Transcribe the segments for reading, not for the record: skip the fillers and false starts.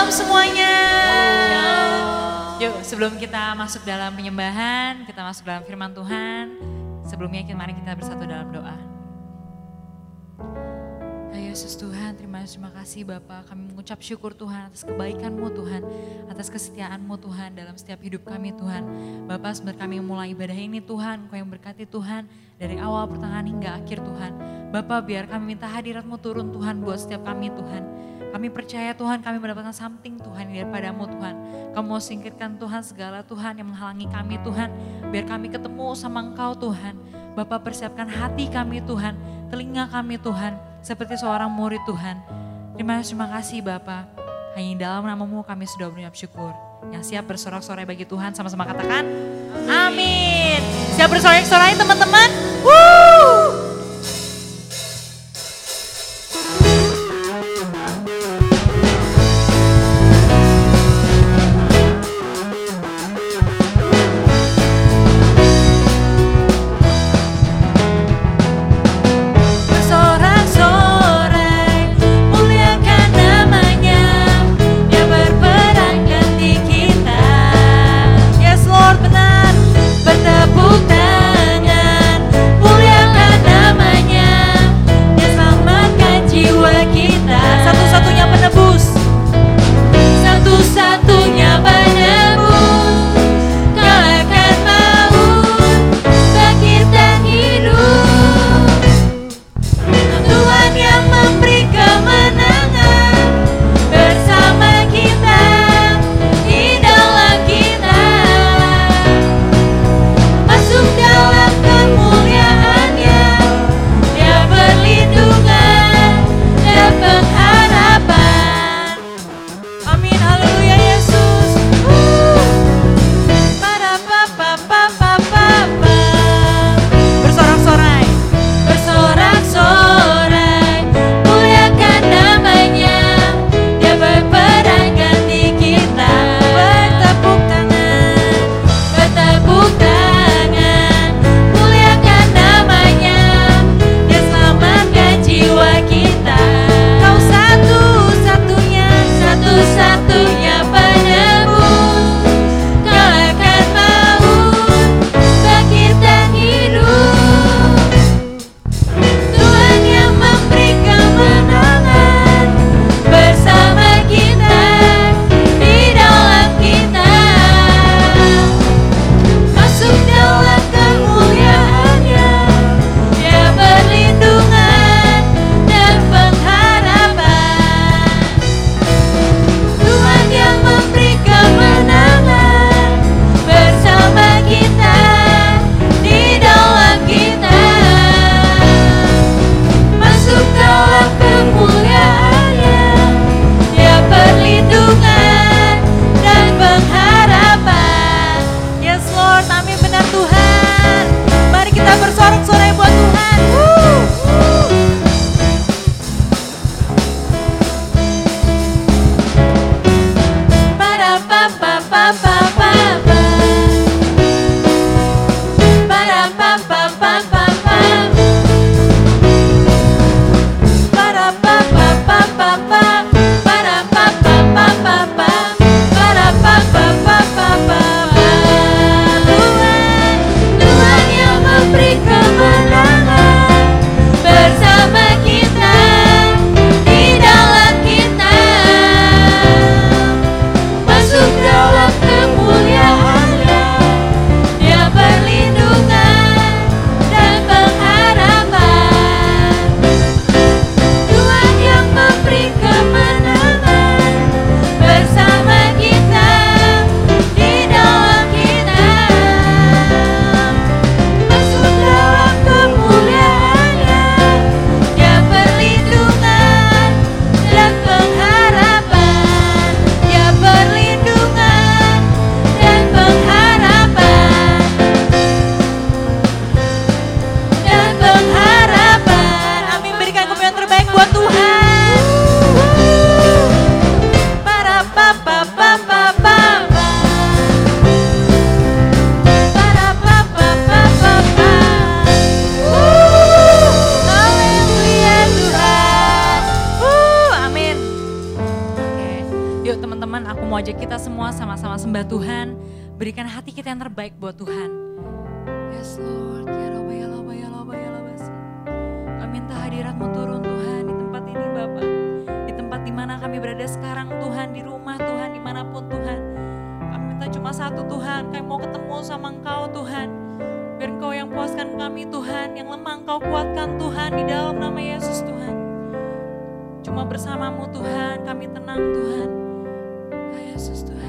Shalom semuanya. Yuk sebelum kita masuk dalam penyembahan, kita masuk dalam firman Tuhan. Sebelumnya mari kita bersatu dalam doa. Ya Yesus Tuhan, terima kasih Bapa. Kami mengucap syukur Tuhan atas kebaikan-Mu Tuhan, atas kesetiaan-Mu Tuhan dalam setiap hidup kami Tuhan. Bapa, sebelum kami mulai ibadah ini Tuhan, Engkau yang berkati Tuhan dari awal pertengahan hingga akhir Tuhan. Bapa, biar kami minta hadirat-Mu turun Tuhan buat setiap kami Tuhan. Kami percaya Tuhan kami mendapatkan something Tuhan daripada-Mu Tuhan. Kamu mau singkirkan Tuhan segala Tuhan yang menghalangi kami Tuhan. Biar kami ketemu sama Engkau Tuhan. Bapa, persiapkan hati kami Tuhan, telinga kami Tuhan, seperti seorang murid Tuhan. Terima kasih Bapa. Hanya dalam nama-Mu kami sudah berucap syukur. Yang siap bersorak-sorai bagi Tuhan sama-sama katakan amin. Siap bersorak-sorai teman-teman? Woo! Bertepuk tangan Tuhan, aku mau ajak kita semua sama-sama sembah Tuhan, berikan hati kita yang terbaik buat Tuhan. Yes Lord, kami minta hadirat-Mu turun Tuhan di tempat ini Bapa, di tempat dimana kami berada sekarang Tuhan, di rumah Tuhan, dimanapun Tuhan. Kami minta cuma satu Tuhan, kami mau ketemu sama Engkau Tuhan, biar Engkau yang puaskan kami Tuhan, yang lemah Engkau kuatkan Tuhan di dalam nama Yesus Tuhan. Cuma bersama-Mu Tuhan, kami tenang Tuhan. Ya Yesus Tuhan,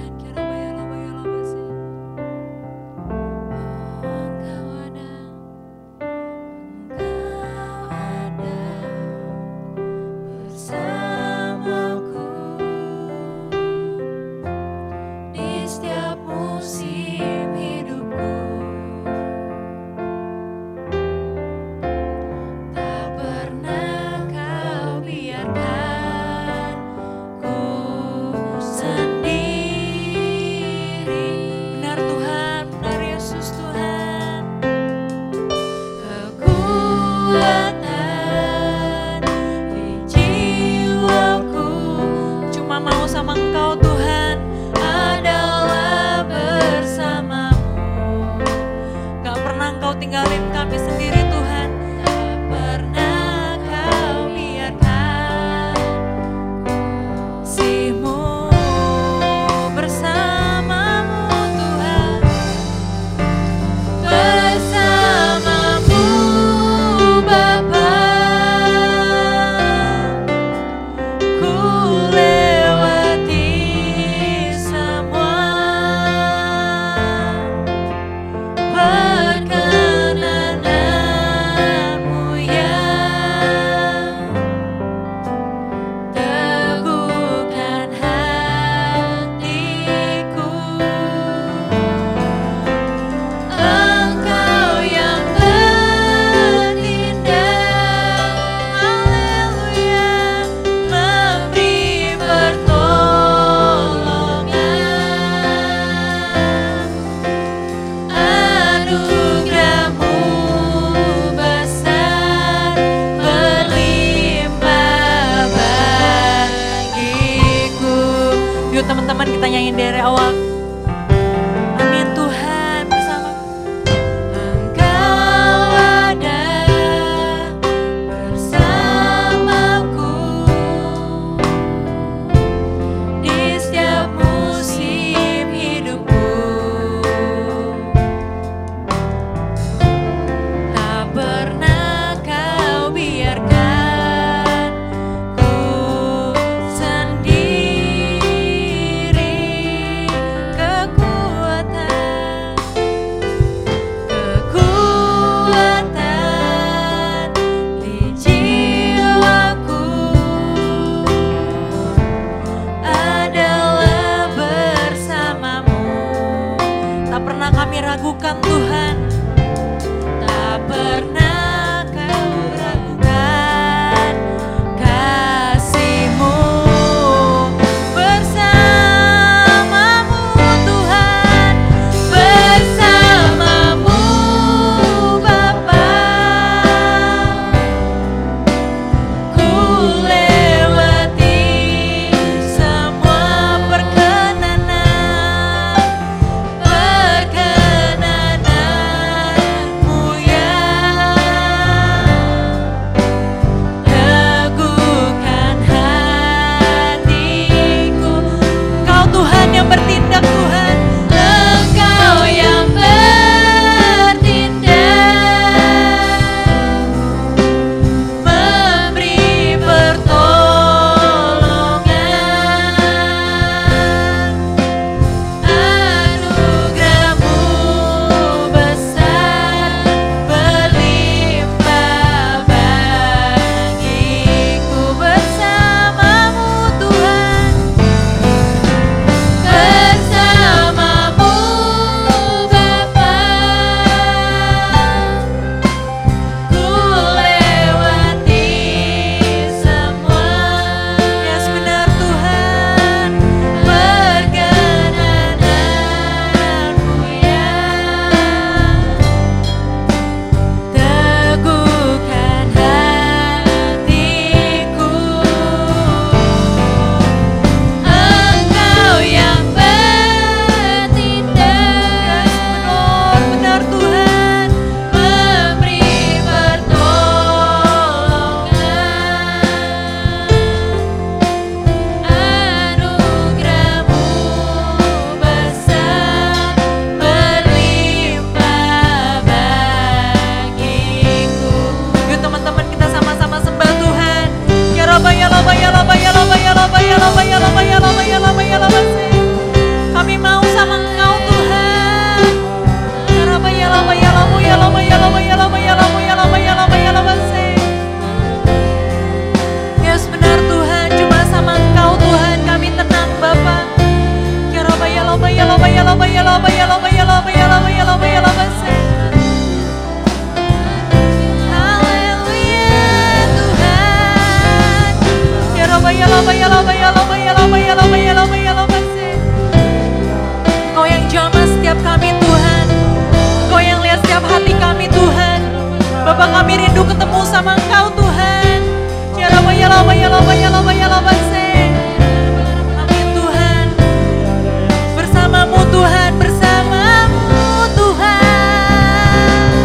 Kau yang jamah setiap kami Tuhan, Kau yang lihat setiap hati kami Tuhan. Bapa, kami rindu ketemu sama Engkau Tuhan. Amin Tuhan. Bersamamu Tuhan, bersamamu Tuhan.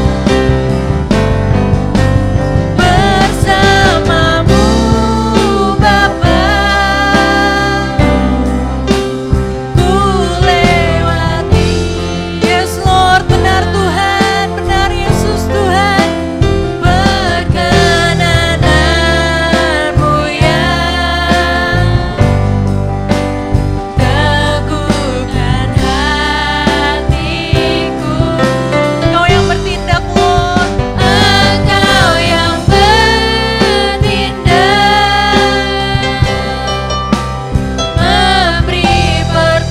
Bersamamu Bapa. Ku lewati. Yes Lord, benar Tuhan, benar Yesus Tuhan. Perkenananmu ya teguhkan hatiku. Kau yang bertindak Lord, Engkau yang bertindak, memberi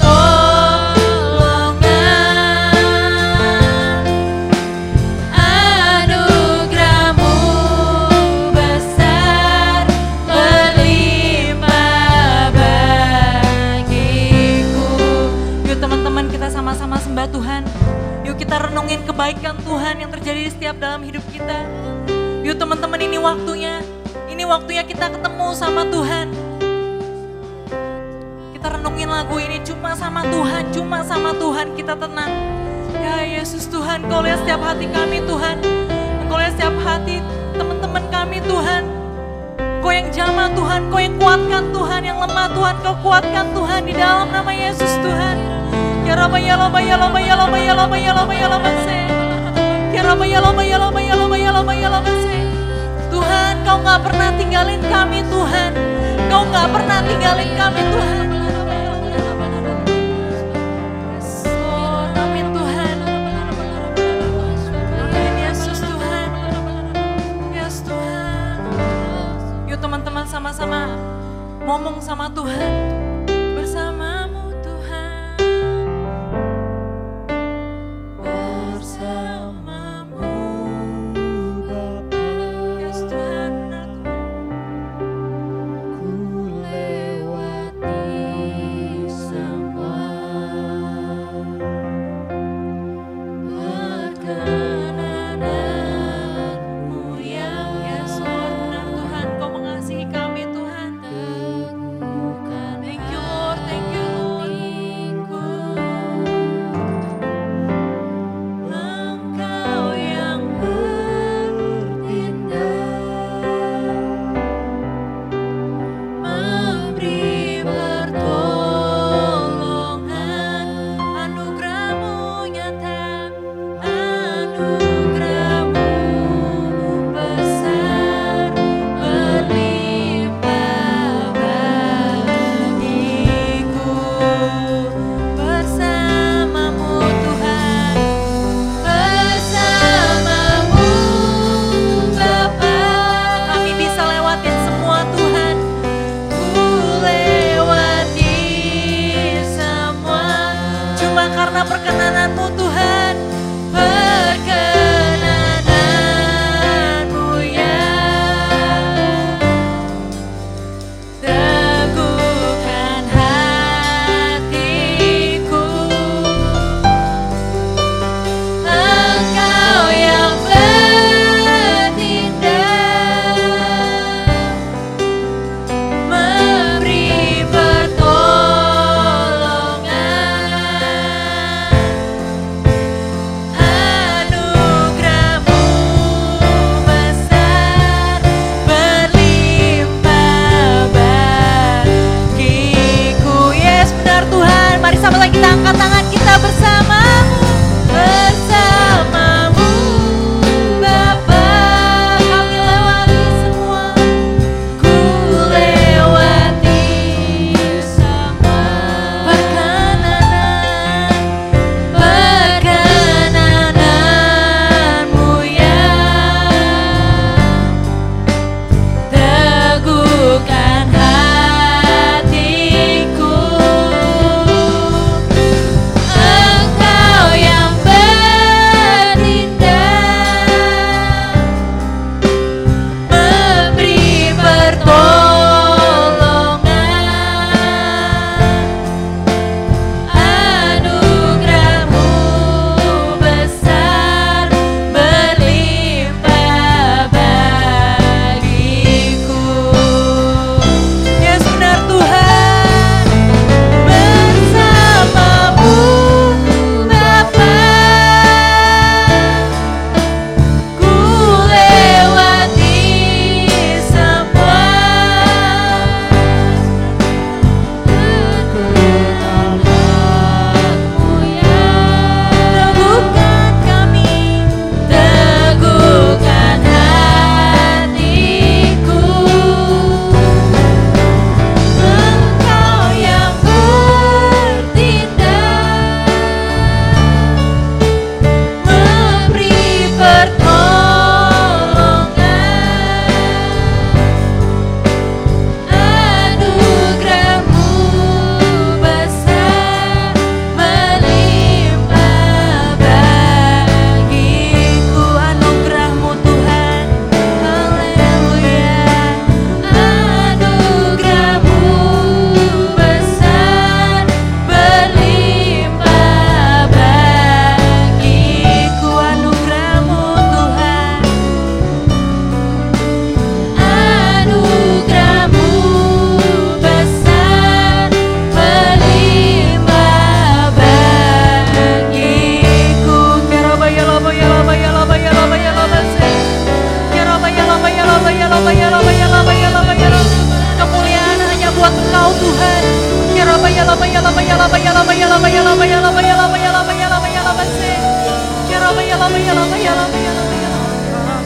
pertolongan. Anugerahmu besar, berlimpah bagiku. Yuk teman-teman, kita sama-sama sembah Tuhan. Yuk kita renungin kebaikan Tuhan yang terjadi di setiap dalam hidup kita. Yuk teman-teman, ini waktunya kita ketemu sama Tuhan. Kita renungin lagu ini cuma sama Tuhan kita tenang. Ya Yesus Tuhan, Kau lihat setiap hati kami Tuhan. Kau lihat setiap hati teman-teman kami Tuhan. Kau yang jamah Tuhan, Kau yang kuatkan Tuhan, yang lemah Tuhan Kau kuatkan Tuhan di dalam nama Yesus Tuhan. Ya Rabba ya Rabba ya Rabba ya Rabba ya Rabba ya Rabba ya Rabba se. Ya Rabba ya Rabba ya Rabba ya Rabba ya Rabba ya Rabba se. Tuhan, Kau gak pernah tinggalin kami Tuhan. Kau gak pernah tinggalin kami Tuhan. Yes, Lord. Amin Tuhan. Amin Yesus Tuhan. Yes Tuhan. Yuk teman-teman sama-sama ngomong sama Tuhan. Bersamamu Tuhan. Bersamamu Bapa. Yes Tuhan, benar Tuhan. Ku lewati semua Perkenananmu yang yes Lord, benar Tuhan, Kau mengasihi kami Tuhan. teguhkan Thank Engkau Tuhan. Ya Rabba ya Rabba ya Rabba ya Rabba ya Rabba ya Rabba ya Rabba ya Rabba ya Rabba ya Rabba ya Rabba ya Rabba se. Ya Rabba ya Rabba ya Rabba ya Rabba ya Rabba ya Rabba.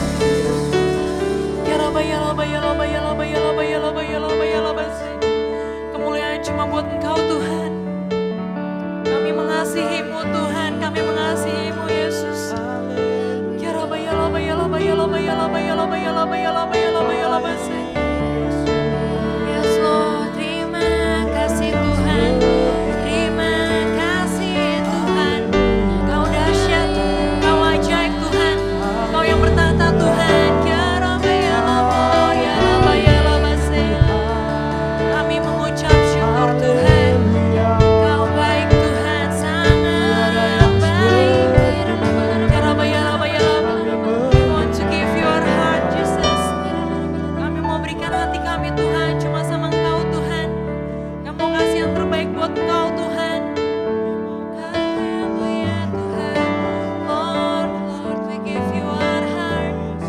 Ya Rabba ya Rabba ya Rabba ya Rabba ya Rabba ya Rabba ya Rabba ya Rabba se. Kemuliaan cuma buat Engkau Tuhan. Kami mengasihi-Mu Tuhan, kami mengasihi-Mu Yesus. Ya Rabba ya Rabba ya Rabba ya Rabba ya Rabba ya Rabba ya Rabba ya Rabba ya Rabba ya Rabba se. Yes Lord, terima kasih Tuhan. Terima kasih Tuhan. Kau dahsyat, Kau ajaib Tuhan. Kau yang bertata Tuhan. Ya Rabba ya Rabba ya Rabba ya Rabba se. Kami mengucap syukur Tuhan. Kau baik Tuhan, sangat baik. Ya Rabba ya Rabba ya Rabba. We want to give you our heart Jesus. Kami mau berikan hati kami Tuhan, cuma sama Engkau Tuhan. Kami mau kasih yang terbaik buat Engkau Tuhan. Haleluya Tuhan. Lord, Lord, we give you our hearts.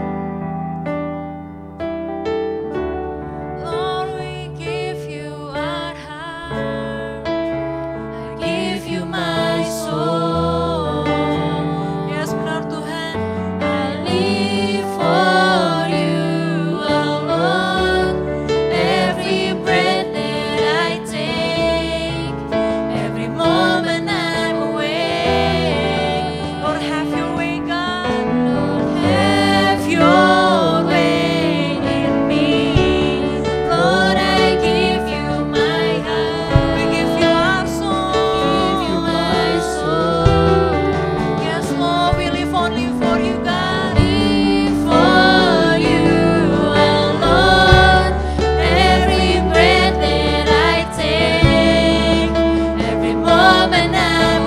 Lord, we give you our heart. I give you my soul. Yes benar Tuhan. I live for you alone. Every breath that I take, every moment I'm awake. Lord, have your way, God. Lord, have your way in me. Lord, I give you my heart. We give you our soul. Give you my soul. Yes, Lord, we live only for you, God. Live for you alone. Every breath that I take, every moment I'm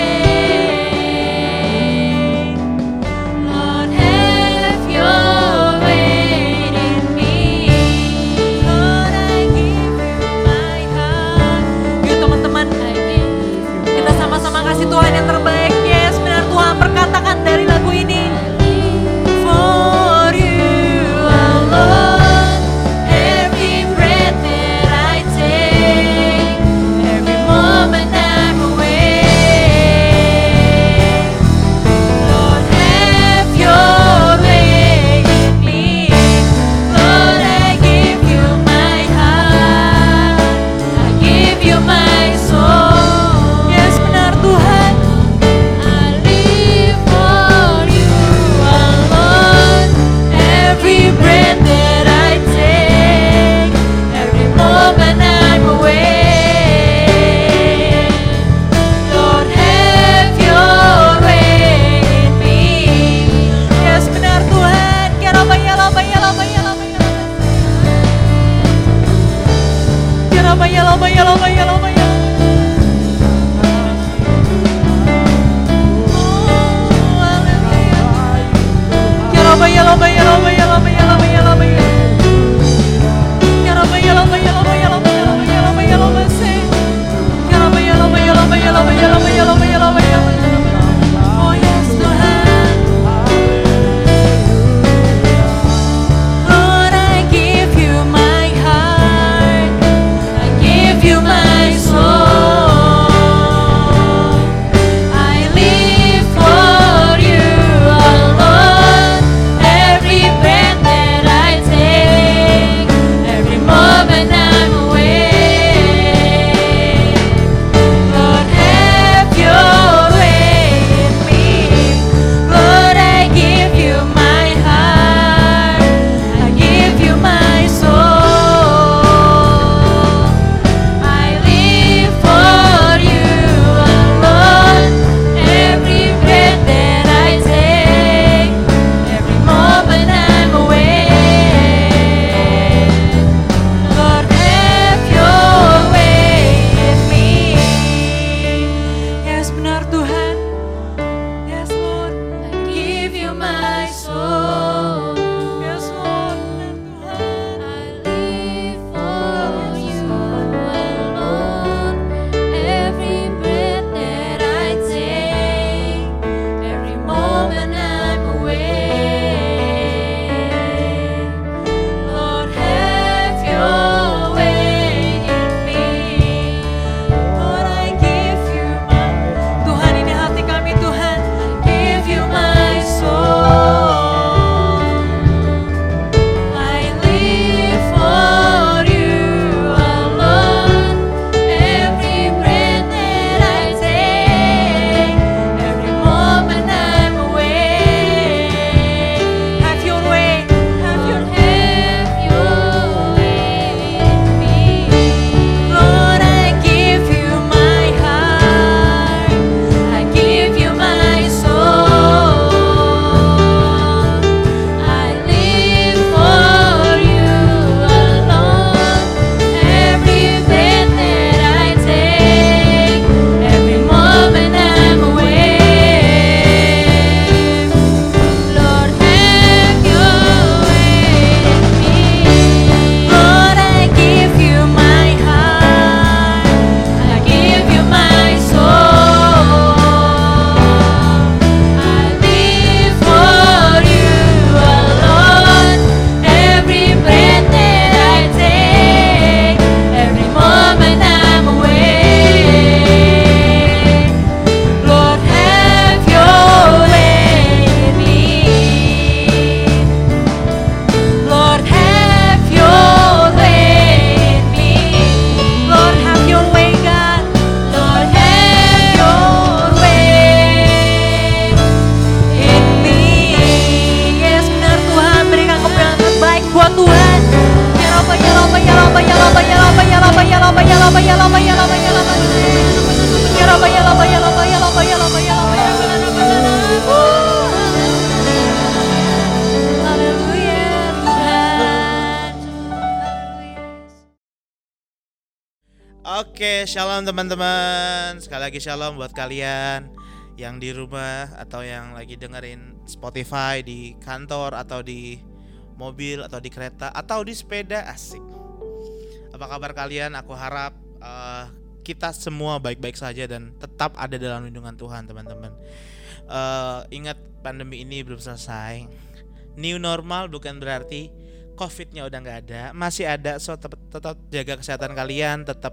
awake. Lord, have your way in me. Lord, I give you my heart. Yuk teman-teman, kita sama-sama kasih Tuhan yang terbaik. Yes, benar Tuhan, perkatakan dari lagu ini. For you alone, every breath that I take, every moment I'm awake. Lord, have your way in me. Lord, I give you my heart. I give you my soul. Yes, benar Tuhan. I live for you alone. Every breath that I take, every moment I'm awake. Lord, have your way in me. Yes, benar Tuhan. Ya Rabba ya Rabba ya Rabba ya Rabba ya Rabba. Ya Rabba ya Rabba ya Rabba ya Rabba ya. Oh, haleluya. Ya Rabba ya Rabba ya Rabba ya Rabba ya Rabba ya Rabba ya. Ya Rabba ya Rabba ya Rabba ya Rabba ya Rabba ya Rabba ya Rabba se. Ya Rabba ya Rabba ya Rabba ya Rabba ya Rabba ya Rabba ya Rabba ya. Oh yes Tuhan. Lord, I give you my heart. I give you my soul. I live for you alone. Every breath Oke, shalom teman-teman. Sekali lagi shalom buat kalian yang di rumah atau yang lagi dengerin Spotify di kantor atau di mobil atau di kereta atau di sepeda. Asik. Apa kabar kalian? Aku harap kita semua baik-baik saja dan tetap ada dalam lindungan Tuhan, teman-teman. Ingat, pandemi ini belum selesai. New normal bukan berarti COVID-nya udah nggak ada, masih ada. So tetap jaga kesehatan kalian, tetap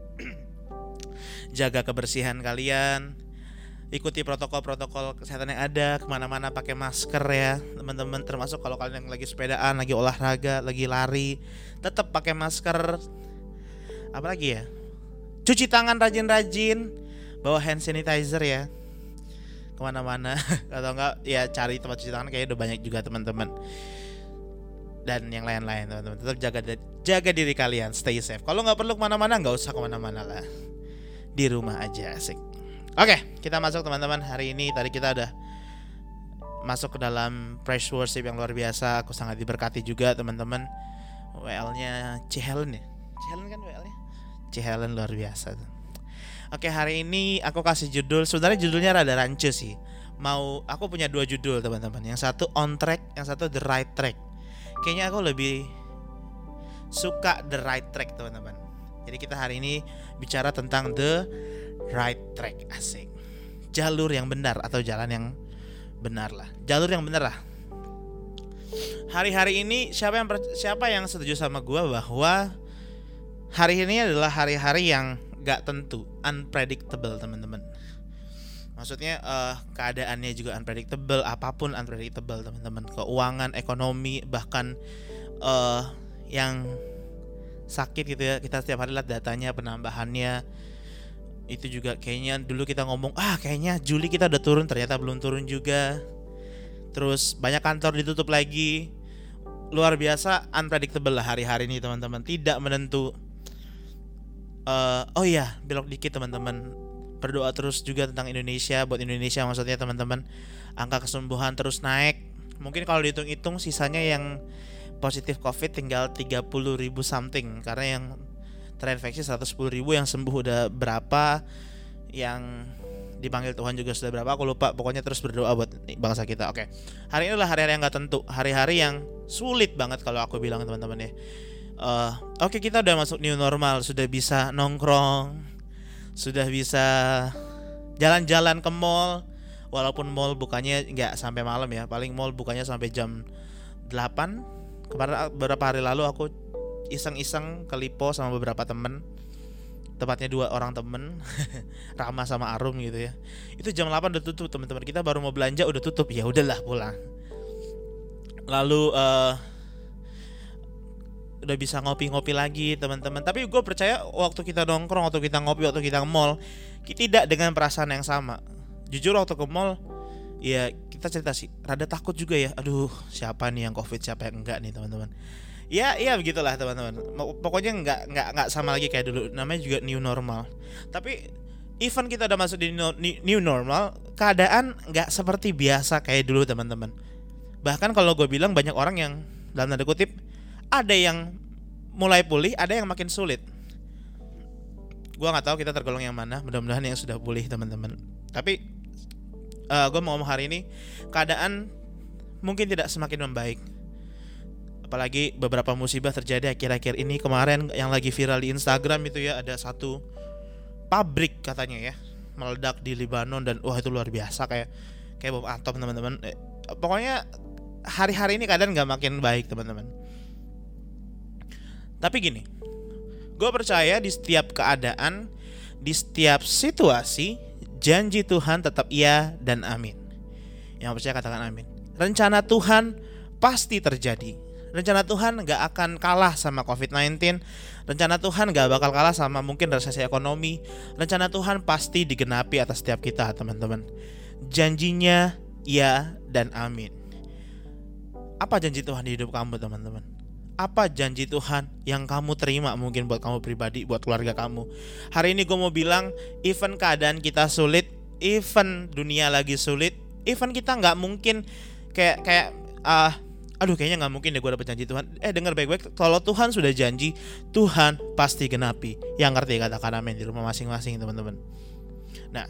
jaga kebersihan kalian, ikuti protokol-protokol kesehatan yang ada, kemana-mana pakai masker ya teman-teman. Termasuk kalau kalian yang lagi sepedaan, lagi olahraga, lagi lari, tetap pakai masker. Apalagi ya, cuci tangan rajin-rajin, bawa hand sanitizer ya kemana-mana. Atau enggak ya cari tempat cuci tangan, kayaknya udah banyak juga teman-teman. Dan yang lain-lain teman-teman, tetap jaga diri kalian, stay safe. Kalau nggak perlu kemana-mana, nggak usah kemana-mana lah, di rumah aja, asik. Oke, kita masuk teman-teman. Hari ini tadi kita udah masuk ke dalam praise worship yang luar biasa. Aku sangat diberkati juga teman-teman. WL-nya Cihelen ya, Cihelen kan WL-nya Cihelen, luar biasa. Oke, hari ini aku kasih judul, sebenarnya judulnya rada rancu sih. Aku punya 2 judul teman-teman. Yang satu on track, yang satu the right track. Kayaknya aku lebih suka the right track teman-teman. Jadi kita hari ini bicara tentang the right track, asik. Jalur yang benar atau jalan yang benar lah. Jalur yang benar lah. Hari-hari ini siapa yang setuju sama gua bahwa hari ini adalah hari-hari yang gak tentu, unpredictable teman-teman. Maksudnya keadaannya juga unpredictable, apapun unpredictable teman-teman. Keuangan, ekonomi, bahkan yang sakit gitu ya, kita setiap hari lihat datanya, penambahannya. Itu juga kayaknya dulu kita ngomong kayaknya Juli kita udah turun, ternyata belum turun juga. Terus banyak kantor ditutup lagi. Luar biasa unpredictable lah hari-hari ini teman-teman, tidak menentu. Oh iya, belok dikit teman-teman. Berdoa terus juga tentang Indonesia, buat Indonesia maksudnya teman-teman. Angka kesembuhan terus naik. Mungkin kalau dihitung-hitung sisanya yang positif COVID tinggal 30.000 something, karena yang terinfeksi 110.000, yang sembuh udah berapa, yang dipanggil Tuhan juga sudah berapa, aku lupa. Pokoknya terus berdoa buat bangsa kita. Oke. Hari ini adalah hari-hari yang gak tentu, hari-hari yang sulit banget kalau aku bilang teman-teman ya. Oke, kita udah masuk new normal, sudah bisa nongkrong, sudah bisa jalan-jalan ke mall. Walaupun mall bukannya nggak sampai malam ya, paling mall bukannya sampai jam 8. Kemarin beberapa hari lalu aku iseng-iseng ke Lipo sama beberapa temen, tepatnya 2 orang temen, Rama sama Arum gitu ya. Itu jam 8 udah tutup teman-teman. Kita baru mau belanja udah tutup, ya udahlah pulang. Lalu udah bisa ngopi-ngopi lagi teman-teman. Tapi gue percaya waktu kita nongkrong, waktu kita ngopi, waktu kita ke mall, tidak dengan perasaan yang sama. Jujur waktu ke mall, ya kita cerita sih, rada takut juga ya. Aduh, siapa nih yang COVID, siapa yang enggak nih teman-teman. Ya begitulah teman-teman. Pokoknya nggak sama lagi kayak dulu. Namanya juga new normal. Tapi even kita udah masuk di new normal, keadaan nggak seperti biasa kayak dulu teman-teman. Bahkan kalau gue bilang banyak orang yang dalam tanda kutip, ada yang mulai pulih, ada yang makin sulit. Gua nggak tahu kita tergolong yang mana. Mudah-mudahan yang sudah pulih teman-teman. Tapi gue mau ngomong hari ini, keadaan mungkin tidak semakin membaik. Apalagi beberapa musibah terjadi akhir-akhir ini. Kemarin yang lagi viral di Instagram itu ya, ada satu pabrik katanya ya meledak di Lebanon, dan wah itu luar biasa, kayak bom atom teman-teman. Pokoknya hari-hari ini keadaan nggak makin baik teman-teman. Tapi gini, gue percaya di setiap keadaan, di setiap situasi, janji Tuhan tetap iya dan amin. Yang percaya katakan amin. Rencana Tuhan pasti terjadi. Rencana Tuhan gak akan kalah sama COVID-19. Rencana Tuhan gak bakal kalah sama mungkin resesi ekonomi. Rencana Tuhan pasti digenapi atas setiap kita teman-teman. Janjinya iya dan amin. Apa janji Tuhan di hidup kamu teman-teman? Apa janji Tuhan yang kamu terima mungkin buat kamu pribadi, buat keluarga kamu? Hari ini gue mau bilang, even keadaan kita sulit, even dunia lagi sulit, even kita gak mungkin kayak aduh kayaknya nggak mungkin deh gue dapet janji Tuhan. Dengar baik-baik, kalau Tuhan sudah janji, Tuhan pasti genapi. Yang ngerti katakan amin di rumah masing-masing teman-teman. Nah,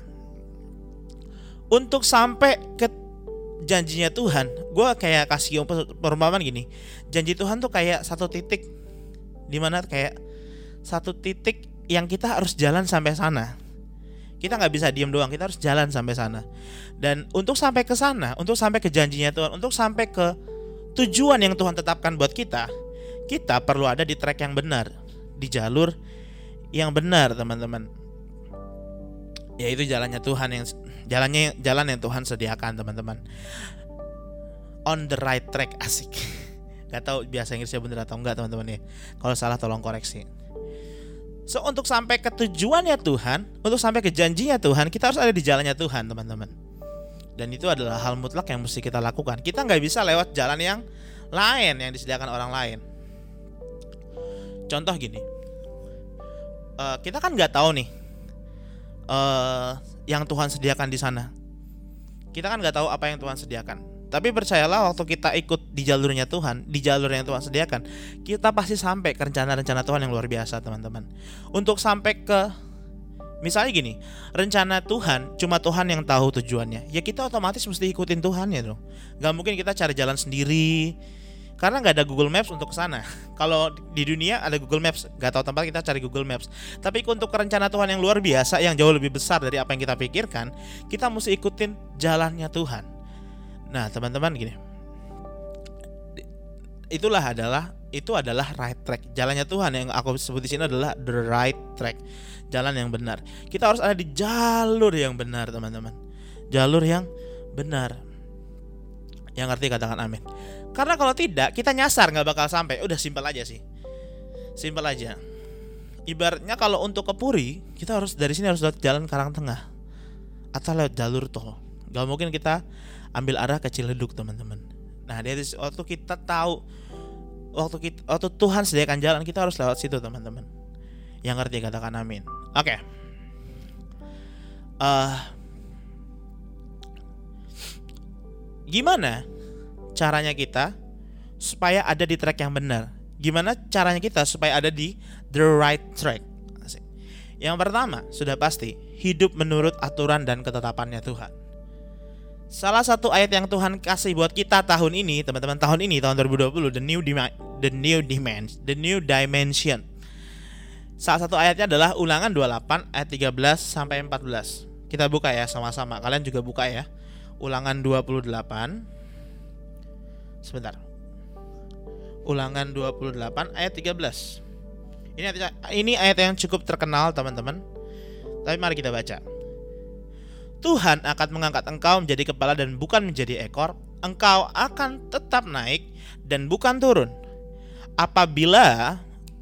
untuk sampai ke janjinya Tuhan, gue kayak kasih perumpamaan gini. Janji Tuhan tuh kayak satu titik, dimana kayak satu titik yang kita harus jalan sampai sana. Kita nggak bisa diem doang, kita harus jalan sampai sana. Dan untuk sampai ke sana, untuk sampai ke janjinya Tuhan, untuk sampai ke tujuan yang Tuhan tetapkan buat kita perlu ada di track yang benar, di jalur yang benar teman-teman. Yaitu jalannya Tuhan, jalan yang Tuhan sediakan teman-teman. On the right track, asik. Gak tahu bahasa Inggrisnya bener atau enggak teman-teman ya. Kalau salah tolong koreksi. So untuk sampai ke tujuannya Tuhan, untuk sampai ke janjinya Tuhan, kita harus ada di jalannya Tuhan teman-teman. Dan itu adalah hal mutlak yang mesti kita lakukan. Kita gak bisa lewat jalan yang lain yang disediakan orang lain. Contoh gini, kita kan gak tahu nih yang Tuhan sediakan di sana. Kita kan gak tahu apa yang Tuhan sediakan. Tapi percayalah, waktu kita ikut di jalurnya Tuhan, di jalur yang Tuhan sediakan, kita pasti sampai ke rencana-rencana Tuhan yang luar biasa teman-teman. Untuk sampai ke, misalnya gini, rencana Tuhan cuma Tuhan yang tahu tujuannya, ya kita otomatis mesti ikutin Tuhan ya dong. Gak mungkin kita cari jalan sendiri, karena gak ada Google Maps untuk kesana. Kalau di dunia ada Google Maps, gak tahu tempat kita cari Google Maps. Tapi untuk rencana Tuhan yang luar biasa, yang jauh lebih besar dari apa yang kita pikirkan, kita mesti ikutin jalannya Tuhan. Nah teman-teman gini, itu adalah right track. Jalannya Tuhan yang aku sebut di sini adalah the right track, jalan yang benar. Kita harus ada di jalur yang benar teman-teman, jalur yang benar. Yang ngerti katakan amin. Karena kalau tidak, kita nyasar, nggak bakal sampai. Udah simpel aja sih, simpel aja. Ibaratnya kalau untuk ke Puri, kita harus dari sini harus lewat jalan Karangtengah atau lewat jalur tol. Gak mungkin kita ambil arah ke Ciledug teman-teman. Nah dari waktu kita tahu, waktu Tuhan sediakan jalan, kita harus lewat situ teman-teman. Yang ngerti katakan amin. Oke. Gimana caranya kita supaya ada di track yang benar? Gimana caranya kita supaya ada di the right track? Yang pertama sudah pasti, hidup menurut aturan dan ketetapannya Tuhan. Salah satu ayat yang Tuhan kasih buat kita tahun ini, teman-teman, tahun 2020, the new dimension. Salah satu ayatnya adalah Ulangan 28 ayat 13 sampai 14. Kita buka ya sama-sama. Kalian juga buka ya. Ulangan 28. Sebentar. Ulangan 28 ayat 13. Ini ayat yang cukup terkenal, teman-teman. Tapi mari kita baca. Tuhan akan mengangkat engkau menjadi kepala dan bukan menjadi ekor. Engkau akan tetap naik dan bukan turun. Apabila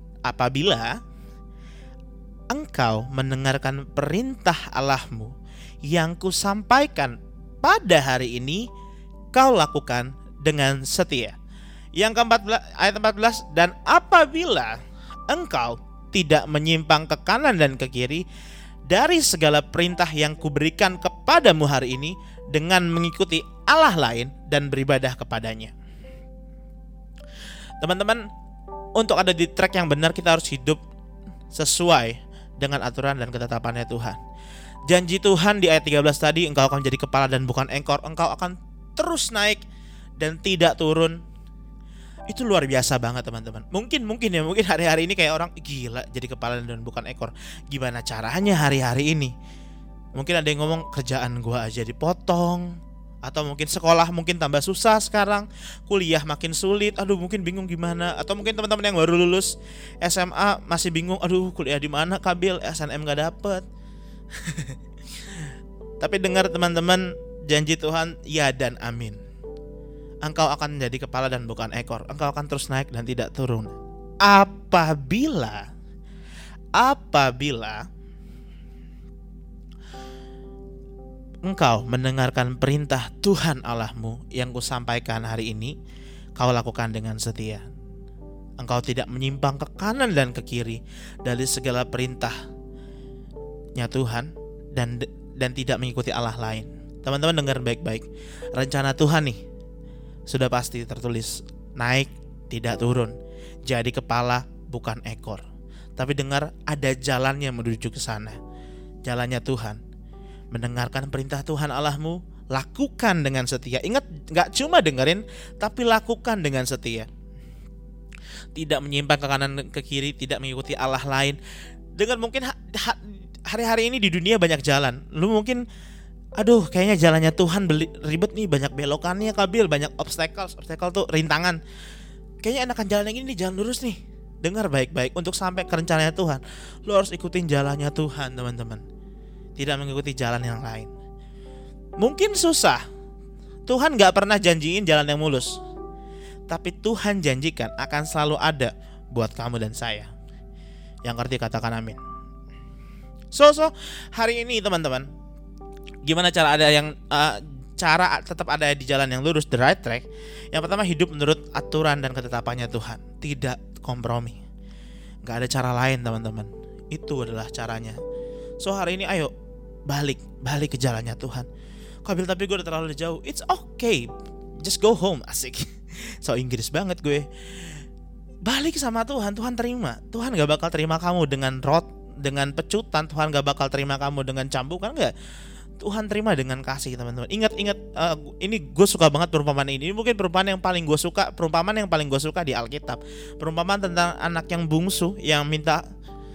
engkau mendengarkan perintah Allahmu yang kusampaikan pada hari ini, kau lakukan dengan setia. Yang ke-14, ayat 14, dan apabila engkau tidak menyimpang ke kanan dan ke kiri dari segala perintah yang kuberikan kepadamu hari ini dengan mengikuti Allah lain dan beribadah kepadanya. Teman-teman, untuk ada di track yang benar, kita harus hidup sesuai dengan aturan dan ketetapannya Tuhan. Janji Tuhan di ayat 13 tadi, engkau akan menjadi kepala dan bukan ekor. Engkau akan terus naik dan tidak turun. Itu luar biasa banget teman-teman. Mungkin hari-hari ini kayak orang gila jadi kepala dan bukan ekor. Gimana caranya hari-hari ini? Mungkin ada yang ngomong kerjaan gua aja dipotong, atau mungkin sekolah mungkin tambah susah sekarang, kuliah makin sulit. Aduh mungkin bingung gimana. Atau mungkin teman-teman yang baru lulus SMA masih bingung. Aduh kuliah di mana Kabil, SNM gak dapet. Tapi dengar teman-teman, janji Tuhan ya dan amin. Engkau akan menjadi kepala dan bukan ekor. Engkau akan terus naik dan tidak turun. Apabila engkau mendengarkan perintah Tuhan Allahmu yang kusampaikan hari ini, kau lakukan dengan setia. Engkau tidak menyimpang ke kanan dan ke kiri dari segala perintahnya Tuhan dan tidak mengikuti Allah lain. Teman-teman dengar baik-baik. Rencana Tuhan nih sudah pasti tertulis naik tidak turun, jadi kepala bukan ekor. Tapi dengar, ada jalannya menuju ke sana. Jalannya Tuhan. Mendengarkan perintah Tuhan Allahmu, lakukan dengan setia. Ingat, gak cuma dengerin, tapi lakukan dengan setia. Tidak menyimpang ke kanan ke kiri, tidak mengikuti Allah lain. Dengan mungkin hari-hari ini di dunia banyak jalan. Lu mungkin, aduh kayaknya jalannya Tuhan ribet nih, banyak belokannya Kabil, banyak obstacle tuh, rintangan. Kayaknya enakan jalan yang ini, jalan lurus nih. Dengar baik-baik, untuk sampai ke rencananya Tuhan, lu harus ikutin jalannya Tuhan, teman-teman. Tidak mengikuti jalan yang lain. Mungkin susah. Tuhan gak pernah janjiin jalan yang mulus, tapi Tuhan janjikan akan selalu ada buat kamu dan saya. Yang ngerti katakan amin. So hari ini teman-teman, gimana cara cara tetap ada di jalan yang lurus, the right track? Yang pertama, hidup menurut aturan dan ketetapannya Tuhan, tidak kompromi. Gak ada cara lain teman-teman. Itu adalah caranya. So hari ini ayo balik ke jalannya Tuhan. Kabil, tapi gue udah terlalu jauh. It's okay, just go home. Asik. So Inggris banget gue. Balik sama Tuhan, Tuhan terima. Tuhan gak bakal terima kamu dengan dengan pecutan. Tuhan gak bakal terima kamu dengan cambukan, enggak. Tuhan terima dengan kasih, teman-teman. Ingat, ini gue suka banget perumpamaan ini. Ini mungkin perumpamaan yang paling gue suka di Alkitab. Perumpamaan tentang anak yang bungsu yang minta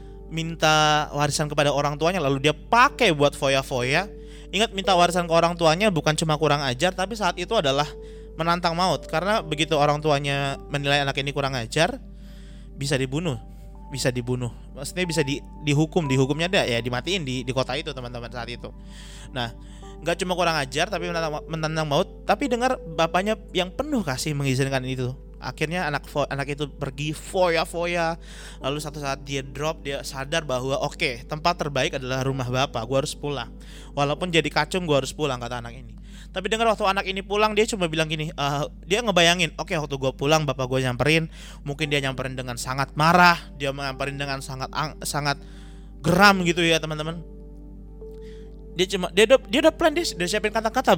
warisan kepada orang tuanya, lalu dia pakai buat foya-foya. Ingat, minta warisan ke orang tuanya bukan cuma kurang ajar, tapi saat itu adalah menantang maut. Karena begitu orang tuanya menilai anak ini kurang ajar, bisa dibunuh. Maksudnya bisa dihukumnya dia ya dimatiin di kota itu, teman-teman, saat itu. Nah, nggak cuma kurang ajar tapi menantang maut. Tapi dengar, bapaknya yang penuh kasih mengizinkan itu. Akhirnya anak itu pergi foya-foya. Lalu satu saat dia sadar bahwa oke, tempat terbaik adalah rumah bapak. Gue harus pulang. Walaupun jadi kacung, gue harus pulang, kata anak ini. Tapi dengar, waktu anak ini pulang, dia cuma bilang gini, dia ngebayangin, oke, waktu gue pulang bapak gue nyamperin. Mungkin dia nyamperin dengan sangat marah, dia nyamperin dengan sangat geram gitu ya, teman-teman. Dia udah plan, dia siapin kata-kata,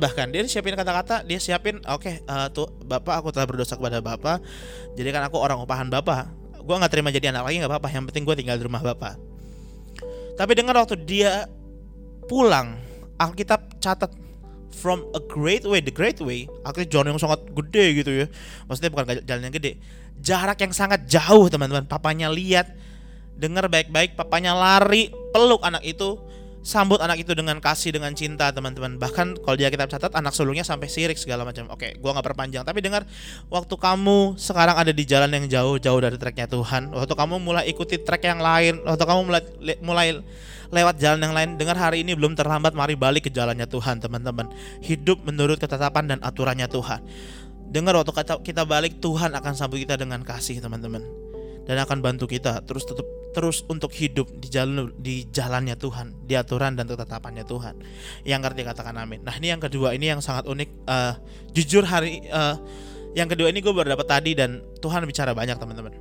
tuh bapak, aku telah berdosa kepada bapak, jadi kan aku orang upahan bapak, gue nggak terima jadi anak lagi, nggak apa-apa, yang penting gue tinggal di rumah bapak. Tapi dengar, waktu dia pulang, Alkitab catat from the great way, akhirnya jalan yang sangat gede gitu ya, maksudnya bukan jalan yang gede, jarak yang sangat jauh, teman-teman. Papanya lihat, dengar baik-baik, papanya lari, peluk anak itu, sambut anak itu dengan kasih, dengan cinta, teman-teman. Bahkan kalau dia Alkitab catat, anak sulungnya sampai sirik segala macam. Oke, gua nggak perpanjang. Tapi dengar, waktu kamu sekarang ada di jalan yang jauh dari tracknya Tuhan, waktu kamu mulai ikuti track yang lain, waktu kamu mulai lewat jalan yang lain, dengar, hari ini belum terlambat. Mari balik ke jalannya Tuhan, teman-teman. Hidup menurut ketetapan dan aturannya Tuhan. Dengar, waktu kita balik, Tuhan akan sambut kita dengan kasih, teman-teman, dan akan bantu kita terus untuk hidup di jalannya Tuhan, di aturan dan ketetapannya Tuhan. Yang ngerti katakan amin. Nah, ini yang kedua, ini yang sangat unik. Jujur yang kedua ini gue baru dapat tadi, dan Tuhan bicara banyak, teman-teman.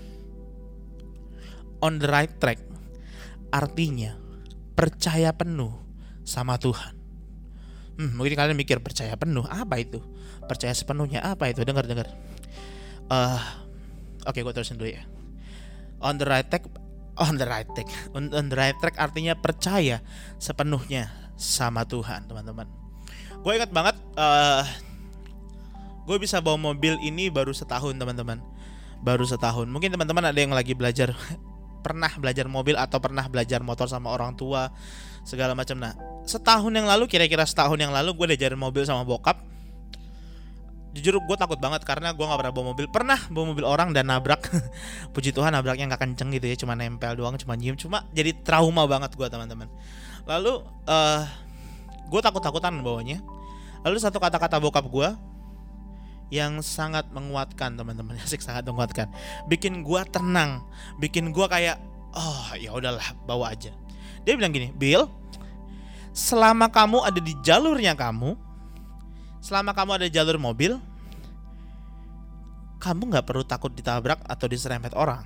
On the right track artinya percaya penuh sama Tuhan. Mungkin kalian mikir, percaya penuh apa itu? Percaya sepenuhnya apa itu? Dengar. Oke, gue terusin dulu ya. On the right track artinya percaya sepenuhnya sama Tuhan, teman-teman. Gue ingat banget, gue bisa bawa mobil ini baru setahun, teman-teman. Baru setahun. Mungkin teman-teman ada yang lagi pernah belajar mobil atau pernah belajar motor sama orang tua segala macam. Nah, kira-kira setahun yang lalu gue diajarin mobil sama bokap. Jujur gue takut banget karena gue gak pernah bawa mobil. Pernah bawa mobil orang dan nabrak. Puji Tuhan nabraknya gak kenceng gitu ya, cuma nempel doang, cuma nyium. Cuma jadi trauma banget gue, teman-teman. Lalu gue takut-takutan bawanya. Lalu satu kata-kata bokap gue yang sangat menguatkan, teman-teman. Asik, sangat menguatkan. Bikin gue tenang, bikin gue kayak, oh ya udahlah, bawa aja. Dia bilang gini, Bill, selama kamu ada di jalurnya selama kamu ada di jalur mobil, kamu nggak perlu takut ditabrak atau diserempet orang.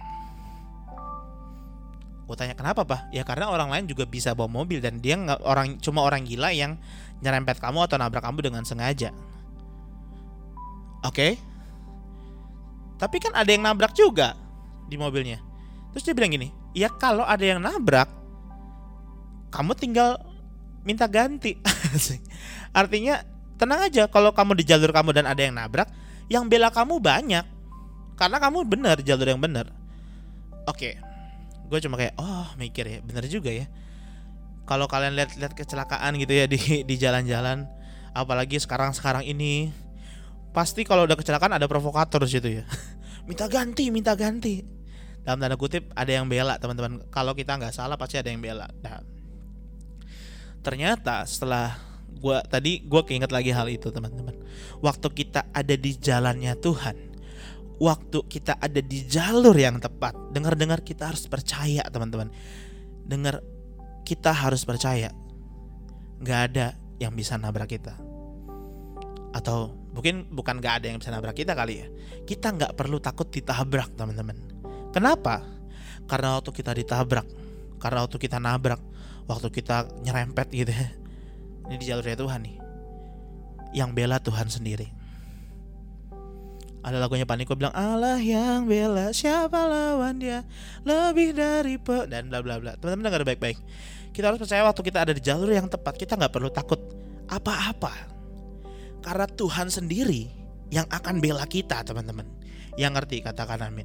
Gue tanya, kenapa, Pak? Ya karena orang lain juga bisa bawa mobil, dan dia cuma orang gila yang nyerempet kamu atau nabrak kamu dengan sengaja. Oke? tapi kan ada yang nabrak juga di mobilnya. Terus dia bilang gini, ya kalau ada yang nabrak, kamu tinggal minta ganti. Artinya tenang aja, kalau kamu di jalur kamu dan ada yang nabrak, yang bela kamu banyak, karena kamu benar jalur yang benar. Oke, gue cuma kayak mikir ya, benar juga ya. Kalau kalian lihat kecelakaan gitu ya di jalan-jalan, apalagi sekarang ini, pasti kalau udah kecelakaan ada provokator di situ ya. minta ganti. Dalam tanda kutip ada yang bela, teman-teman. Kalau kita nggak salah pasti ada yang bela. Nah, ternyata setelah gue keinget lagi hal itu, teman-teman. Waktu kita ada di jalannya Tuhan, waktu kita ada di jalur yang tepat, dengar kita harus percaya, teman-teman. Dengar, kita harus percaya, nggak ada yang bisa nabrak kita. Atau mungkin bukan nggak ada yang bisa nabrak kita kali ya. Kita nggak perlu takut ditabrak, teman-teman. Kenapa? Karena waktu kita ditabrak, karena waktu kita nabrak, waktu kita nyerempet gitu ya, ini di jalurnya Tuhan nih, yang bela Tuhan sendiri. Ada lagunya Paniko bilang, Allah yang bela, siapa lawan dia, lebih dari dan bla bla bla. Teman-teman dengar baik-baik. Kita harus percaya waktu kita ada di jalur yang tepat, kita nggak perlu takut apa-apa, karena Tuhan sendiri yang akan bela kita, teman-teman. Yang ngerti katakan amin.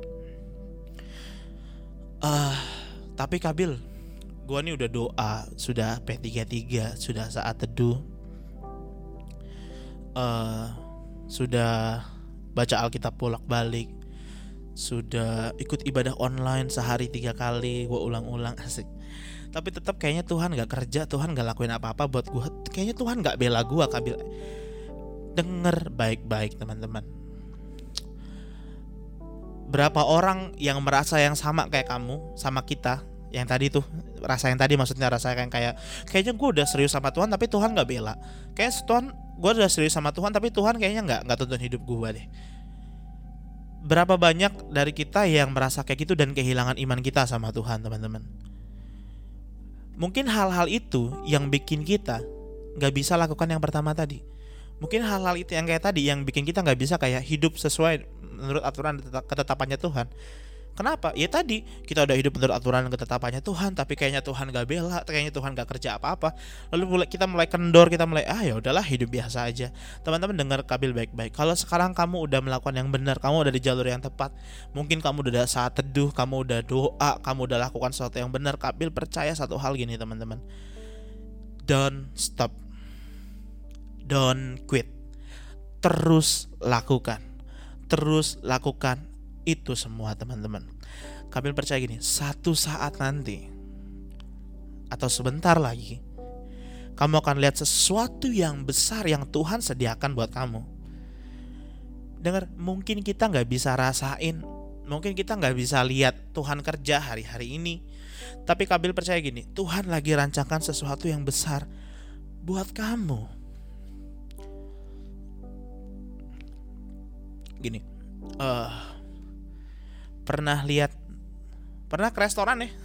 Tapi Kabil, gue nih udah doa, sudah P33, sudah saat teduh, sudah baca Alkitab bolak-balik, sudah ikut ibadah online sehari 3 kali, gue ulang-ulang, asik. Tapi tetap kayaknya Tuhan gak kerja, Tuhan gak lakuin apa-apa buat gue. Kayaknya Tuhan gak bela gue, Kabil. Denger baik-baik, teman-teman. Berapa orang yang merasa yang sama kayak kamu, sama kita, yang tadi tuh, rasa yang tadi maksudnya rasa kayaknya gue udah serius sama Tuhan tapi Tuhan gak bela. Kayaknya Tuhan, gue udah serius sama Tuhan tapi Tuhan kayaknya gak tuntun hidup gue deh. Berapa banyak dari kita yang merasa kayak gitu dan kehilangan iman kita sama Tuhan, teman-teman. Mungkin hal-hal itu yang bikin kita gak bisa lakukan yang pertama tadi. Mungkin hal-hal itu yang kayak tadi yang bikin kita gak bisa kayak hidup sesuai menurut aturan ketetapannya Tuhan. Kenapa? Ya tadi kita udah hidup menurut aturan ketetapannya Tuhan, tapi kayaknya Tuhan gak bela, kayaknya Tuhan gak kerja apa-apa. Lalu kita mulai kendor, kita mulai ya udahlah hidup biasa aja. Teman-teman dengar Kabil baik-baik. Kalau sekarang kamu udah melakukan yang benar, kamu udah di jalur yang tepat, mungkin kamu udah saat teduh, kamu udah doa, kamu udah lakukan sesuatu yang benar. Kabil percaya satu hal gini, teman-teman. Don't stop. Don't quit. Terus lakukan itu semua, teman-teman. Kabil percaya gini, satu saat nanti atau sebentar lagi kamu akan lihat sesuatu yang besar yang Tuhan sediakan buat kamu. Dengar, mungkin kita gak bisa rasain, mungkin kita gak bisa lihat Tuhan kerja hari-hari ini, tapi Kabil percaya gini, Tuhan lagi rancangkan sesuatu yang besar buat kamu. Gini, pernah ke restoran ya?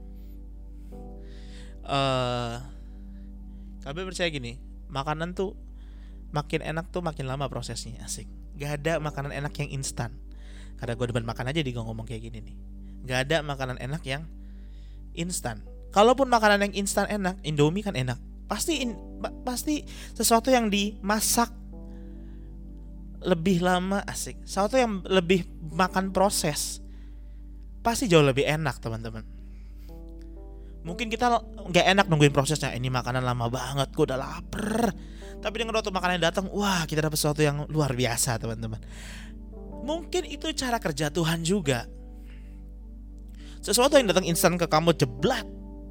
Kabil percaya gini, makanan tuh makin enak tuh makin lama prosesnya, asik. Gak ada makanan enak yang instan. Karena gue depan makan aja ngomong kayak gini nih. Gak ada makanan enak yang instan. Kalaupun makanan yang instan enak, Indomie kan enak. Pasti sesuatu yang dimasak lebih lama, asik. Sesuatu yang lebih makan proses pasti jauh lebih enak, teman-teman. Mungkin kita gak enak nungguin prosesnya, ini makanan lama banget, gue udah lapar. Tapi dengan waktu makanan datang, wah kita dapat sesuatu yang luar biasa, teman-teman. Mungkin itu cara kerja Tuhan juga. Sesuatu yang datang instan ke kamu, jeblak.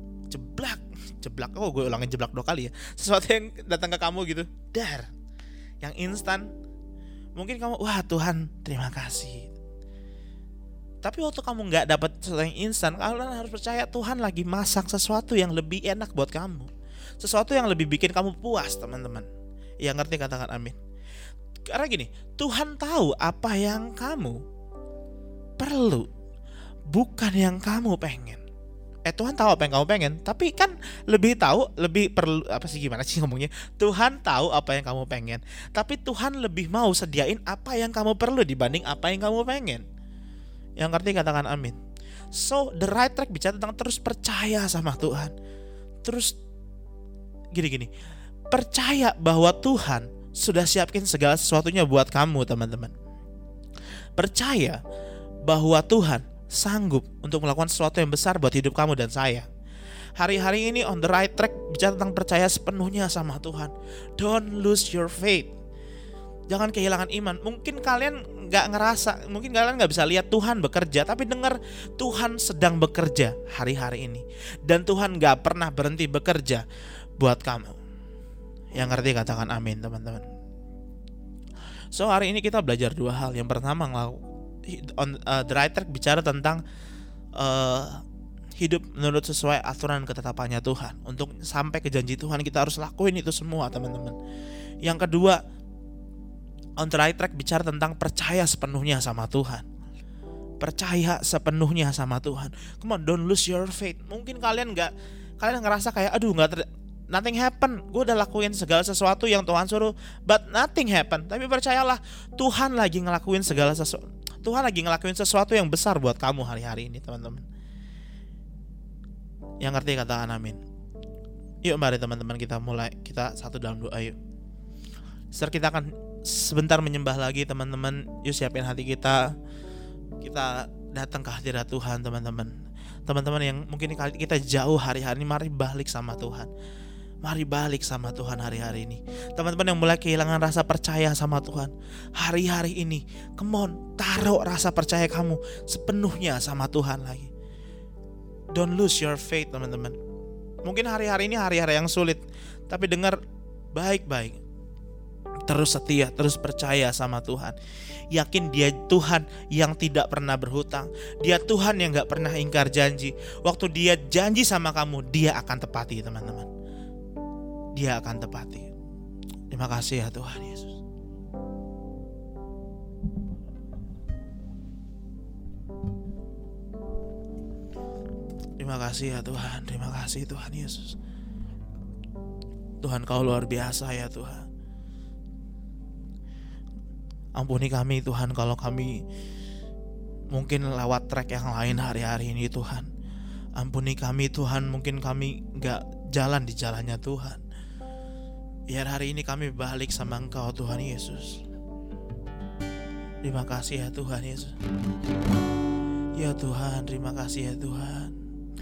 Oh, gue ulangin jeblak 2 kali ya. Sesuatu yang datang ke kamu gitu, yang instan. Mungkin kamu, wah Tuhan terima kasih. Tapi waktu kamu gak dapat sesuatu yang instan, kalian harus percaya Tuhan lagi masak sesuatu yang lebih enak buat kamu. Sesuatu yang lebih bikin kamu puas, teman-teman. Yang ngerti katakan amin. Karena gini, Tuhan tahu apa yang kamu perlu, bukan yang kamu pengen. Tuhan tahu apa yang kamu pengen, tapi kan lebih tahu, lebih perlu apa sih, gimana sih ngomongnya? Tuhan tahu apa yang kamu pengen, tapi Tuhan lebih mau sediain apa yang kamu perlu dibanding apa yang kamu pengen. Yang ngerti katakan amin. So the right track bicara tentang terus percaya sama Tuhan. Terus gini, percaya bahwa Tuhan sudah siapin segala sesuatunya buat kamu, teman-teman. Percaya bahwa Tuhan sanggup untuk melakukan sesuatu yang besar buat hidup kamu dan saya. Hari-hari ini on the right track bicara tentang percaya sepenuhnya sama Tuhan. Don't lose your faith. Jangan kehilangan iman. Mungkin kalian gak ngerasa, mungkin kalian gak bisa lihat Tuhan bekerja, tapi dengar Tuhan sedang bekerja hari-hari ini. Dan Tuhan gak pernah berhenti bekerja buat kamu. Yang ngerti katakan amin, teman-teman. So hari ini kita belajar dua hal. Yang pertama, the right track bicara tentang hidup menurut sesuai aturan ketetapannya Tuhan. Untuk sampai ke janji Tuhan kita harus lakuin itu semua, teman-teman. Yang kedua, on the right track bicara tentang percaya sepenuhnya sama Tuhan. Percaya sepenuhnya sama Tuhan. Come on, don't lose your faith. Mungkin kalian ngerasa kayak aduh nothing happen. Gue udah lakuin segala sesuatu yang Tuhan suruh, but nothing happen. Tapi percayalah, Tuhan lagi ngelakuin segala sesuatu. Tuhan lagi ngelakuin sesuatu yang besar buat kamu hari-hari ini, teman-teman. Yang ngerti katakan amin. Yuk mari teman-teman kita mulai. Kita satu dalam doa yuk. Setelah kita akan sebentar menyembah lagi, teman-teman. Yuk siapin hati kita. Kita datang ke hadirat Tuhan, teman-teman. Teman-teman yang mungkin kita jauh hari-hari ini, mari balik sama Tuhan. Mari balik sama Tuhan hari-hari ini. Teman-teman yang mulai kehilangan rasa percaya sama Tuhan, hari-hari ini, come on, taruh rasa percaya kamu sepenuhnya sama Tuhan lagi. Don't lose your faith, teman-teman. Mungkin hari-hari ini hari-hari yang sulit, tapi dengar baik-baik. Terus setia, terus percaya sama Tuhan. Yakin dia Tuhan yang tidak pernah berhutang. Dia Tuhan yang gak pernah ingkar janji. Waktu dia janji sama kamu, dia akan tepati, teman-teman. Dia akan tepati. Terima kasih ya Tuhan Yesus. Terima kasih ya Tuhan. Terima kasih Tuhan Yesus. Tuhan kau luar biasa ya Tuhan. Ampuni kami Tuhan kalau kami mungkin lewat track yang lain hari-hari ini Tuhan. Ampuni kami Tuhan, mungkin kami gak jalan di jalannya Tuhan. Biar hari ini kami balik sama Engkau Tuhan Yesus. Terima kasih ya Tuhan Yesus. Ya Tuhan, terima kasih ya Tuhan.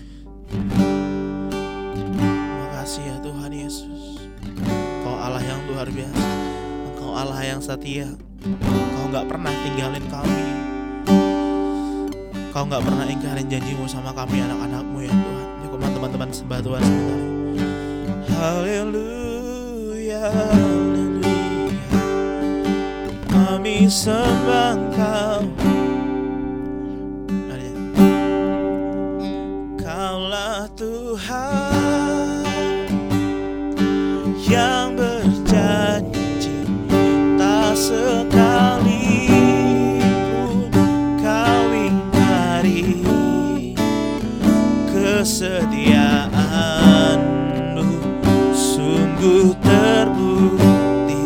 Terima kasih ya Tuhan Yesus. Engkau Allah yang luar biasa. Engkau Allah yang setia. Engkau gak pernah tinggalin kami. Engkau gak pernah ingkarin janjimu sama kami anak-anakmu ya Tuhan. Ya teman-teman sembah Tuhan sebentar. Haleluya, haleluya. Kami sembah Engkau. Kaulah Tuhan yang berjanji, tak sekalipun Kau ingkari kesetiaan-Mu sungguh terbukti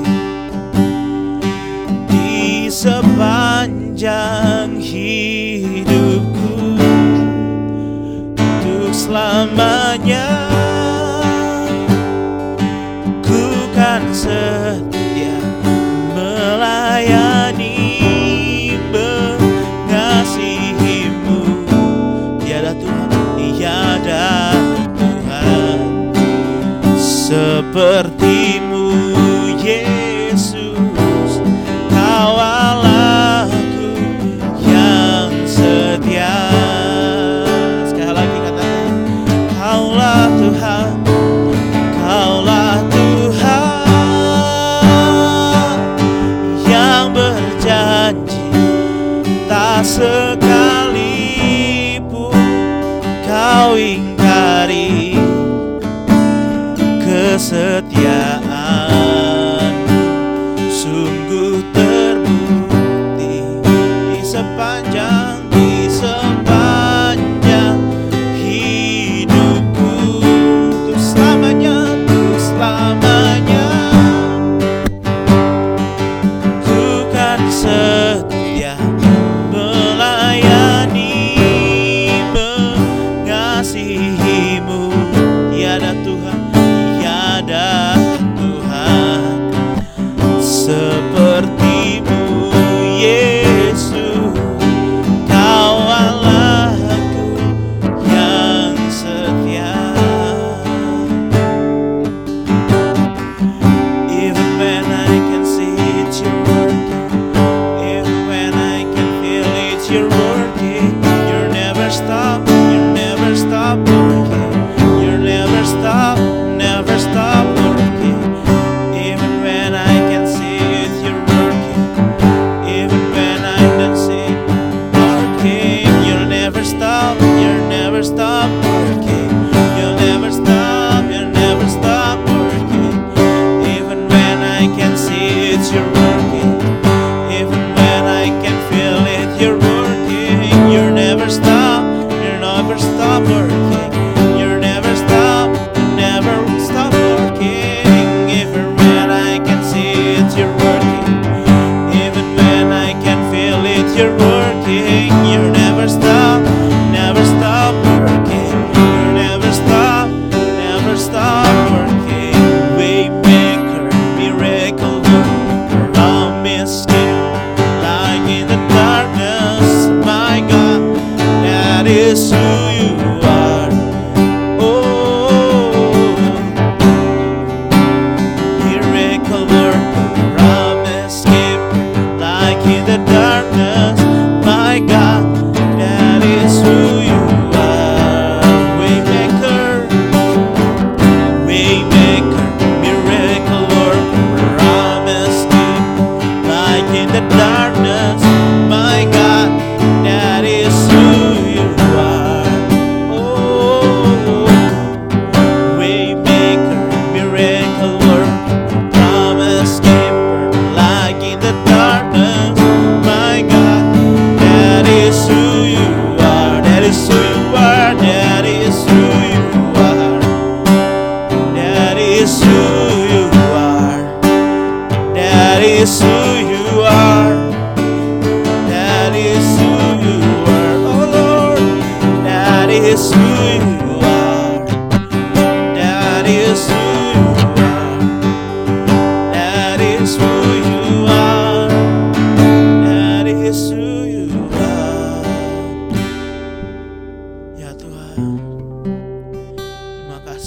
di sepanjang hidupku. Untuk selamanya ku kan setia melayani, mengasihimu. Tiada Tuhan, tiada Tuhan sepertimu Yesus. Kau Allahku yang setia. Sekali lagi katakan, Kaulah Tuhan, Kaulah Tuhan yang berjanji, tak sekalipun Kau ingkari kesetiaan sungguh terbukti di sepanjang hidupku.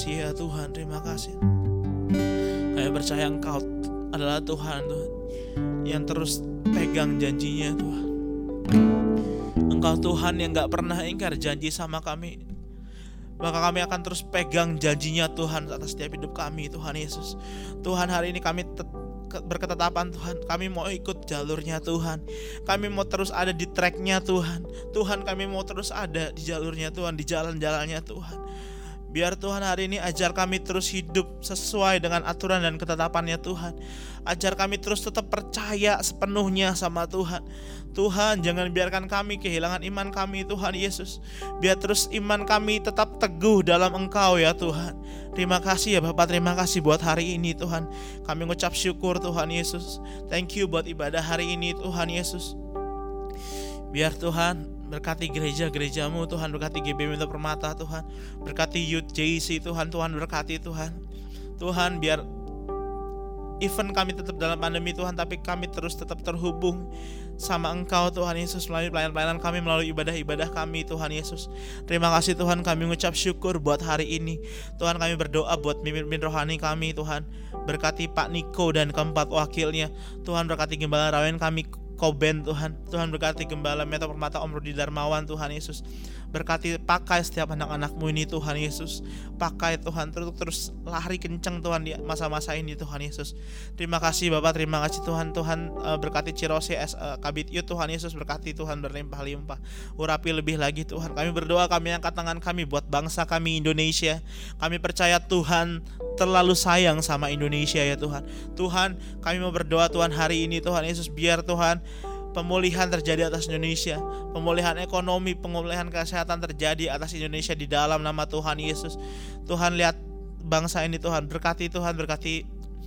kasih ya Tuhan, terima kasih. Kami percaya Engkau adalah Tuhan yang terus pegang janjinya Tuhan. Engkau Tuhan yang gak pernah ingkar janji sama kami. Maka kami akan terus pegang janjinya Tuhan atas setiap hidup kami Tuhan Yesus. Tuhan, hari ini kami berketetapan Tuhan, kami mau ikut jalurnya Tuhan. Kami mau terus ada di tracknya Tuhan. Tuhan, kami mau terus ada di jalurnya Tuhan, di jalan-jalannya Tuhan. Biar Tuhan hari ini ajar kami terus hidup sesuai dengan aturan dan ketetapannya Tuhan. Ajar kami terus tetap percaya sepenuhnya sama Tuhan. Tuhan, jangan biarkan kami kehilangan iman kami Tuhan Yesus. Biar terus iman kami tetap teguh dalam Engkau ya Tuhan. Terima kasih ya Bapak, terima kasih buat hari ini Tuhan. Kami mengucap syukur Tuhan Yesus. Thank you buat ibadah hari ini Tuhan Yesus. Biar Tuhan berkati gereja-gerejamu Tuhan, berkati GBM Mitra Permata Tuhan, berkati Youth JC Tuhan, Tuhan berkati Tuhan. Tuhan, biar even kami tetap dalam pandemi Tuhan, tapi kami terus tetap terhubung sama Engkau Tuhan Yesus, melalui pelayanan-pelayanan kami, melalui ibadah-ibadah kami Tuhan Yesus. Terima kasih Tuhan, kami mengucap syukur buat hari ini Tuhan. Kami berdoa buat pimpin rohani kami Tuhan, berkati Pak Niko dan keempat wakilnya Tuhan, berkati Gembala Rawen kami Koben Tuhan. Tuhan berkati Gembala Mitra Permata Om Rudi Darmawan Tuhan Yesus. Berkati, pakai setiap anak-anakmu ini Tuhan Yesus. Pakai Tuhan terus lari kencang Tuhan di masa-masa ini Tuhan Yesus. Terima kasih Bapak, terima kasih Tuhan. Tuhan berkati Cirose Kabit Youth Tuhan Yesus, berkati Tuhan berlimpah-limpah. Urapi lebih lagi Tuhan. Kami berdoa, kami angkat tangan kami buat bangsa kami Indonesia. Kami percaya Tuhan terlalu sayang sama Indonesia ya Tuhan. Tuhan, kami mau berdoa Tuhan hari ini Tuhan Yesus, biar Tuhan pemulihan terjadi atas Indonesia, pemulihan ekonomi, pemulihan kesehatan terjadi atas Indonesia di dalam nama Tuhan Yesus. Tuhan, lihat bangsa ini Tuhan, berkati Tuhan, berkati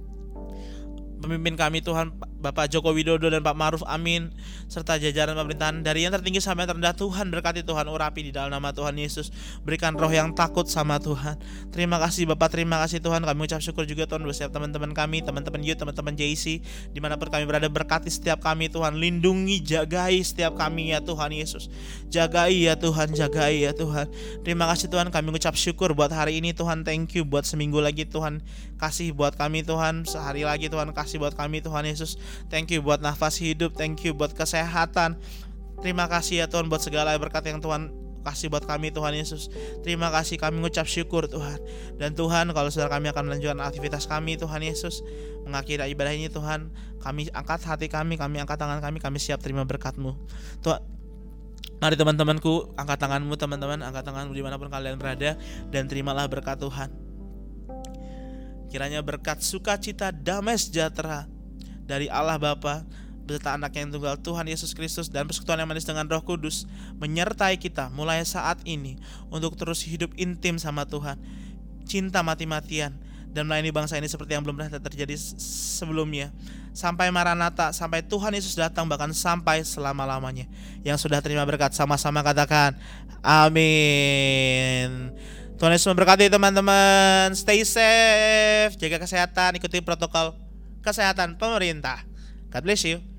pemimpin kami Tuhan, Bapak Joko Widodo dan Pak Maruf Amin, serta jajaran pemerintahan dari yang tertinggi sampai yang terendah. Tuhan berkati Tuhan, urapi di dalam nama Tuhan Yesus. Berikan roh yang takut sama Tuhan. Terima kasih Bapak, terima kasih Tuhan. Kami ucap syukur juga Tuhan buat setiap teman-teman kami, teman-teman Youth, teman-teman JC, dimanapun kami berada. Berkati setiap kami Tuhan, lindungi, jagai setiap kami ya Tuhan Yesus. Jagai ya Tuhan, jagai ya Tuhan. Terima kasih Tuhan, kami ucap syukur buat hari ini Tuhan. Thank you buat seminggu lagi Tuhan, kasih buat kami Tuhan. Sehari lagi Tuhan, kasih buat kami Tuhan Yesus. Thank you buat nafas hidup, thank you buat kesehatan. Terima kasih ya Tuhan buat segala berkat yang Tuhan kasih buat kami Tuhan Yesus. Terima kasih, kami mengucap syukur Tuhan. Dan Tuhan, kalau saudara kami akan melanjutkan aktivitas kami Tuhan Yesus, mengakhiri ibadah ini Tuhan, kami angkat hati kami angkat tangan kami siap terima berkat-Mu Tuhan. Mari teman-temanku, angkat tanganmu teman-teman, angkat tanganmu dimanapun kalian berada, dan terimalah berkat Tuhan. Kiranya berkat sukacita, damai sejahtera dari Allah Bapa beserta Anak yang tunggal Tuhan Yesus Kristus dan persekutuan yang manis dengan Roh Kudus menyertai kita mulai saat ini untuk terus hidup intim sama Tuhan, cinta mati-matian, dan melayani bangsa ini seperti yang belum pernah terjadi sebelumnya, sampai Maranatha, sampai Tuhan Yesus datang, bahkan sampai selama-lamanya. Yang sudah terima berkat sama-sama katakan amin. Tuhan Yesus memberkati teman-teman. Stay safe, jaga kesehatan, ikuti protokol kesehatan pemerintah. God bless you.